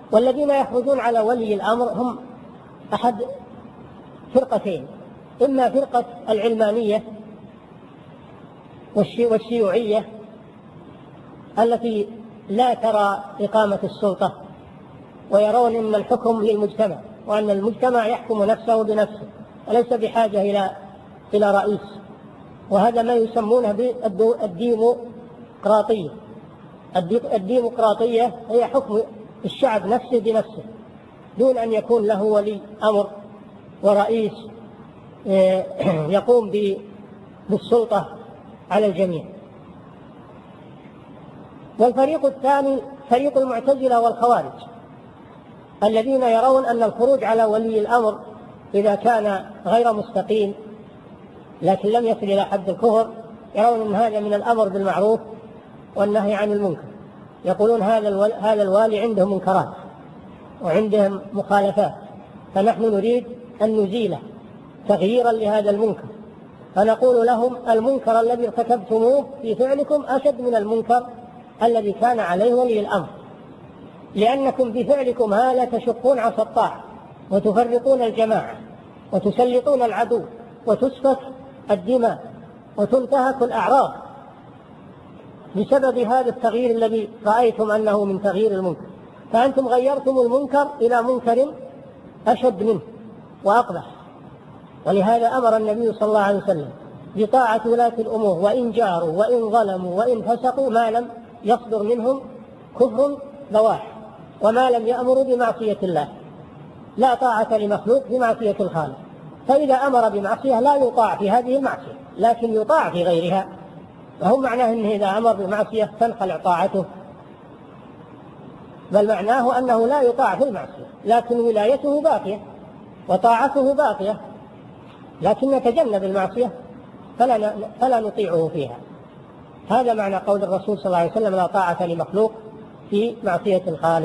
والذين يخرجون على ولي الأمر هم أحد فرقتين: إما فرقة العلمانية والشيوعية التي لا ترى إقامة السلطة، ويرون أن الحكم للمجتمع، وأن المجتمع يحكم نفسه بنفسه وليس بحاجة إلى رئيس، وهذا ما يسمونه بالديمقراطية. الديمقراطية هي حكم الشعب نفسه بنفسه دون أن يكون له ولي أمر ورئيس يقوم بالسلطة على الجميع. والفريق الثاني فريق المعتزلة والخوارج، الذين يرون أن الخروج على ولي الأمر إذا كان غير مستقيم لكن لم يصل إلى حد الكفر، يرون أن هذا من الأمر بالمعروف والنهي عن المنكر. يقولون هذا الوالي عندهم منكرات وعندهم مخالفات، فنحن نريد أن نزيله تغييرا لهذا المنكر، فنقول لهم: المنكر الذي ارتكبتموه في فعلكم أشد من المنكر الذي كان عليه ولي الأمر، لأنكم بفعلكم هذا تشقون عصا الطاعة وتفرقون الجماعة وتسلطون العدو وتسفك الدماء وتنتهك الأعراض بسبب هذا التغيير الذي رأيتم أنه من تغيير المنكر، فأنتم غيرتم المنكر إلى منكر أشد منه وأقبح. ولهذا أمر النبي صلى الله عليه وسلم بطاعة ولاة الأمور وإن جاروا وإن ظلموا وإن فسقوا ما لم يصدر منهم كفر بواح، وما لم يأمروا بمعصية الله. لا طاعة لمخلوق في معصية الخالق، فإذا أمر بمعصية لا يطاع في هذه المعصية لكن يطاع في غيرها، فهو معناه أنه إذا أمر بمعصية تنخلع طاعته، بل معناه أنه لا يطاع في المعصية لكن ولايته باقية وطاعته باقية، لكن نتجنب المعصية فلا نطيعه فيها. هذا معنى قول الرسول صلى الله عليه وسلم: لا طاعة لمخلوق في معصية الخالق.